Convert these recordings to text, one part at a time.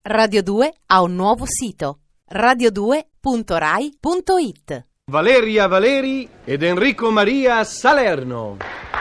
Radio 2 ha un nuovo sito: radio2.rai.it. Valeria Valeri ed Enrico Maria Salerno.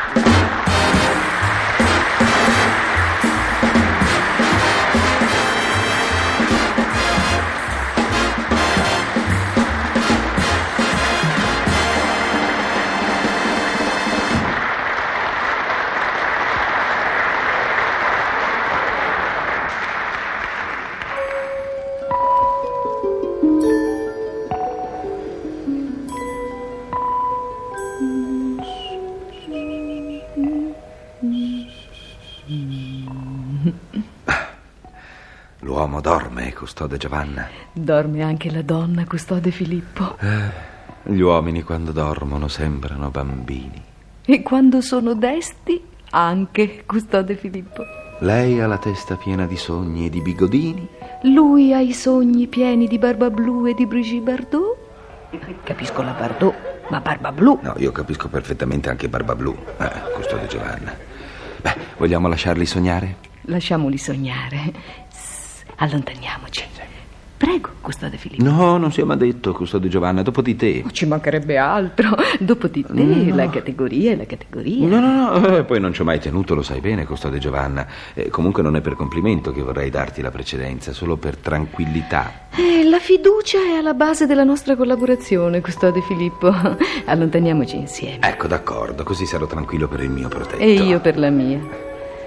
L'uomo dorme, custode Giovanna. Dorme anche la donna, custode Filippo. Gli uomini quando dormono sembrano bambini. E quando sono desti, anche, custode Filippo. Lei ha la testa piena di sogni e di bigodini. Lui ha i sogni pieni di Barbablù e di Brigitte Bardot. Capisco la Bardot, ma Barbablù. No, io capisco perfettamente anche Barbablù, custode Giovanna. Beh, vogliamo lasciarli sognare? Lasciamoli sognare. Allontaniamoci. Prego, custode Filippo. No, non sia mai detto, custode Giovanna, dopo di te. Ci mancherebbe altro. Dopo di te, no. La categoria è la categoria. No, poi non ci ho mai tenuto, lo sai bene, custode Giovanna. Comunque non è per complimento che vorrei darti la precedenza, solo per tranquillità. La fiducia è alla base della nostra collaborazione, custode Filippo. Allontaniamoci insieme. Ecco, d'accordo, così sarò tranquillo per il mio protetto. E io per la mia.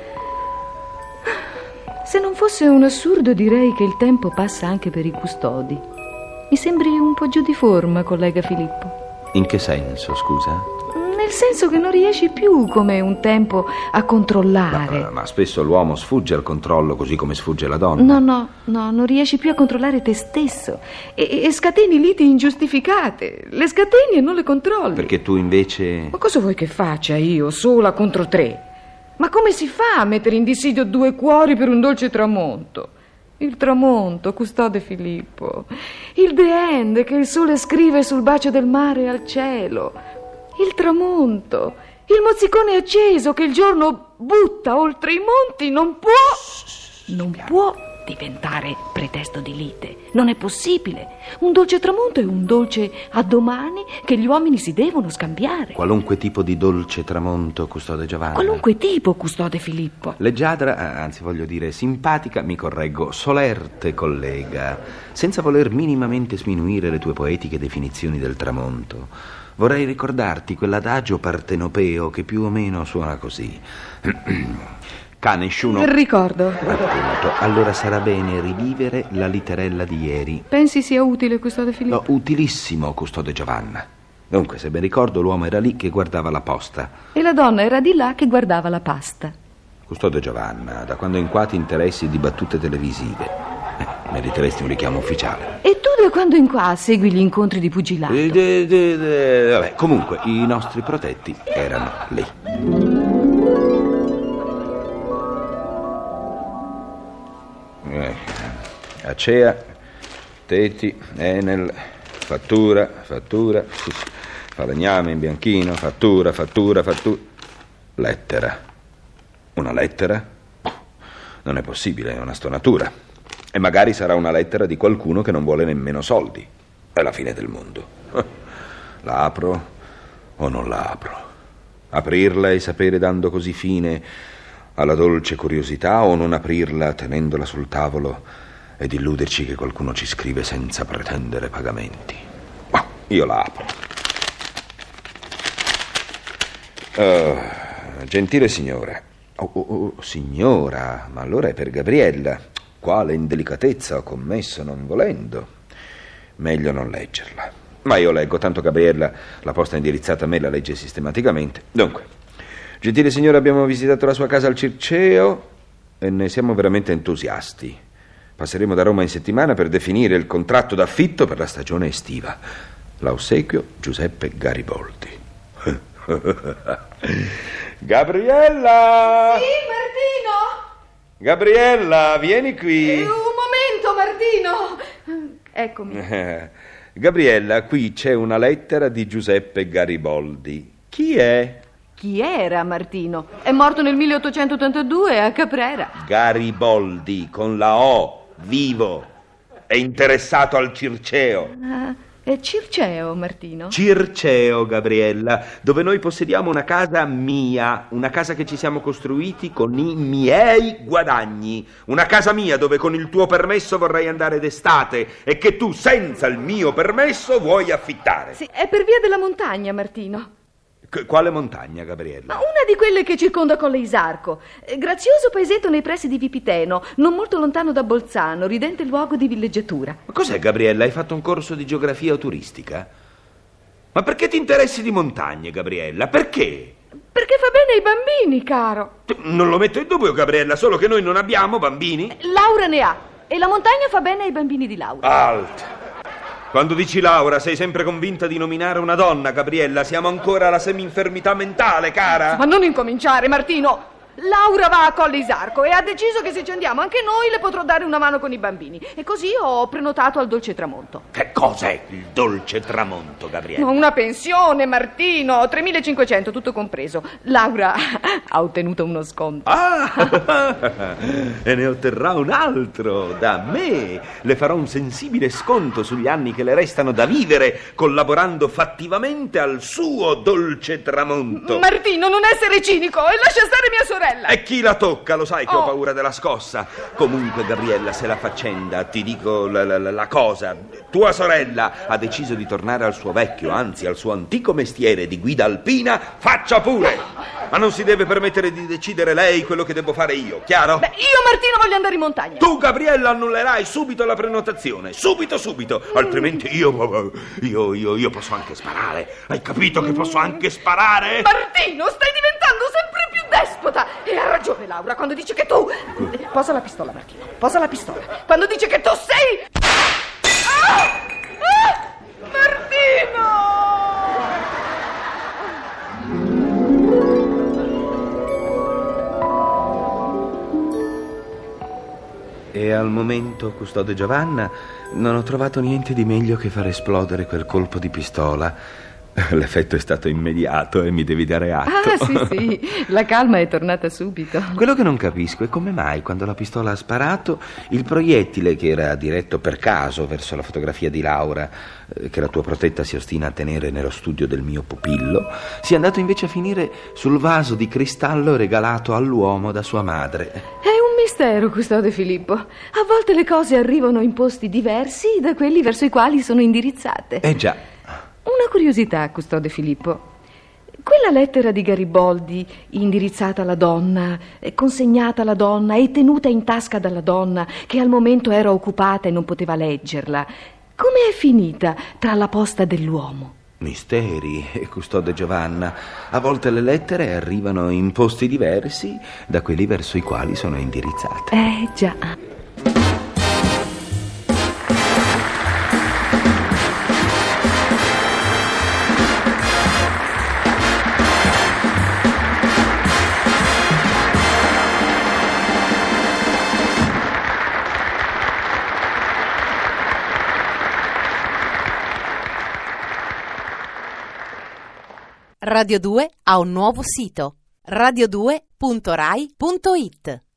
Se non fosse un assurdo, direi che il tempo passa anche per i custodi. Mi sembri un po' giù di forma, collega Filippo. In che senso, scusa? Nel senso che non riesci più, come un tempo, a controllare. Ma spesso l'uomo sfugge al controllo, così come sfugge la donna. No, non riesci più a controllare te stesso. E scateni liti ingiustificate. Le scateni e non le controlli. Perché tu invece... Ma cosa vuoi che faccia io, sola contro tre? Ma come si fa a mettere in dissidio due cuori per un dolce tramonto? Il tramonto, custode Filippo. Il the end che il sole scrive sul bacio del mare al cielo. Il tramonto. Il mozzicone acceso che il giorno butta oltre i monti non può diventare pretesto di lite. Non è possibile. Un dolce tramonto è un dolce a domani che gli uomini si devono scambiare. Qualunque tipo di dolce tramonto, custode Giovanna. Qualunque tipo, custode Filippo. Leggiadra, anzi voglio dire simpatica, mi correggo, solerte collega, senza voler minimamente sminuire le tue poetiche definizioni del tramonto, vorrei ricordarti quell'adagio partenopeo che più o meno suona così. Nessuno. Ricordo. Appunto. Allora sarà bene rivivere la literella di ieri. Pensi sia utile, custode Filippo? No, utilissimo, custode Giovanna. Dunque, se ben ricordo, l'uomo era lì che guardava la posta. E la donna era di là che guardava la pasta. Custode Giovanna, da quando in qua ti interessi di battute televisive, meriteresti un richiamo ufficiale. E tu da quando in qua segui gli incontri di pugilato? Vabbè, comunque, i nostri protetti erano lì. Acea, Teti, Enel, fattura, falegname in bianchino, fattura. Lettera. Una lettera? Non è possibile, è una stonatura. E magari sarà una lettera di qualcuno che non vuole nemmeno soldi. È la fine del mondo. La apro o non la apro? Aprirla e sapere dando così fine alla dolce curiosità, o non aprirla tenendola sul tavolo ed illuderci che qualcuno ci scrive senza pretendere pagamenti. Ma io la apro. Gentile signora. Signora, ma allora è per Gabriella. Quale indelicatezza ho commesso non volendo. Meglio non leggerla. Ma io leggo, tanto Gabriella, la posta indirizzata a me, la legge sistematicamente. Dunque, gentile signora, abbiamo visitato la sua casa al Circeo e ne siamo veramente entusiasti. Passeremo da Roma in settimana per definire il contratto d'affitto per la stagione estiva. L'ossequio Giuseppe Gariboldi. Gabriella! Sì, Martino! Gabriella, vieni qui. Un momento, Martino! Eccomi. Gabriella, qui c'è una lettera di Giuseppe Gariboldi. Chi è? Chi era Martino? È morto nel 1882 a Caprera. Gariboldi, con la O. vivo e interessato al Circeo. È Circeo, Martino? Circeo, Gabriella, dove noi possediamo una casa mia, una casa che ci siamo costruiti con i miei guadagni, una casa mia dove con il tuo permesso vorrei andare d'estate e che tu senza il mio permesso vuoi affittare. Sì, è per via della montagna, Martino. Quale montagna, Gabriella? Ma una di quelle che circonda Colle Isarco. Grazioso paesetto nei pressi di Vipiteno, non molto lontano da Bolzano, ridente luogo di villeggiatura. Ma cos'è, Gabriella? Hai fatto un corso di geografia o turistica? Ma perché ti interessi di montagne, Gabriella? Perché? Perché fa bene ai bambini, caro. Non lo metto in dubbio, Gabriella, solo che noi non abbiamo bambini. Laura ne ha, e la montagna fa bene ai bambini di Laura. Alt. Quando dici Laura, sei sempre convinta di nominare una donna, Gabriella. Siamo ancora alla semi-infermità mentale, cara. Ma non incominciare, Martino. Laura va a Colle Isarco e ha deciso che se ci andiamo anche noi le potrò dare una mano con i bambini. E così ho prenotato al Dolce Tramonto. Che cos'è il Dolce Tramonto, Gabriella? Una pensione, Martino, 3.500, tutto compreso. Laura ha ottenuto uno sconto. E ne otterrà un altro da me. Le farò un sensibile sconto sugli anni che le restano da vivere, collaborando fattivamente al suo Dolce Tramonto. Martino, non essere cinico e lascia stare mia sorella. E chi la tocca? Lo sai che ho paura della scossa. Comunque, Gabriella, se la faccenda, ti dico la cosa. Tua sorella ha deciso di tornare al suo vecchio, anzi al suo antico mestiere di guida alpina. Faccia pure! Ma non si deve permettere di decidere lei quello che devo fare io, chiaro? Beh, io, Martino, voglio andare in montagna. Tu, Gabriella, annullerai subito la prenotazione. Subito. Altrimenti io posso anche sparare. Hai capito che posso anche sparare? Martino, stai diventando sempre più despota. E ha ragione Laura quando dice che tu... Posa la pistola, Martino, posa la pistola. Quando dice che tu sei... Martino! E al momento, custode Giovanna, non ho trovato niente di meglio che far esplodere quel colpo di pistola. L'effetto è stato immediato e mi devi dare atto. Sì, la calma è tornata subito. Quello che non capisco è come mai, quando la pistola ha sparato, il proiettile, che era diretto per caso verso la fotografia di Laura, che la tua protetta si ostina a tenere nello studio del mio pupillo, sia andato invece a finire sul vaso di cristallo regalato all'uomo da sua madre. È un mistero, custode Filippo. A volte le cose arrivano in posti diversi da quelli verso i quali sono indirizzate. Già. Una curiosità, custode Filippo. Quella lettera di Gariboldi, indirizzata alla donna, consegnata alla donna e tenuta in tasca dalla donna, che al momento era occupata e non poteva leggerla, come è finita tra la posta dell'uomo? Misteri, custode Giovanna. A volte le lettere arrivano in posti diversi da quelli verso i quali sono indirizzate. Già. Radio 2 ha un nuovo sito: radio2.rai.it.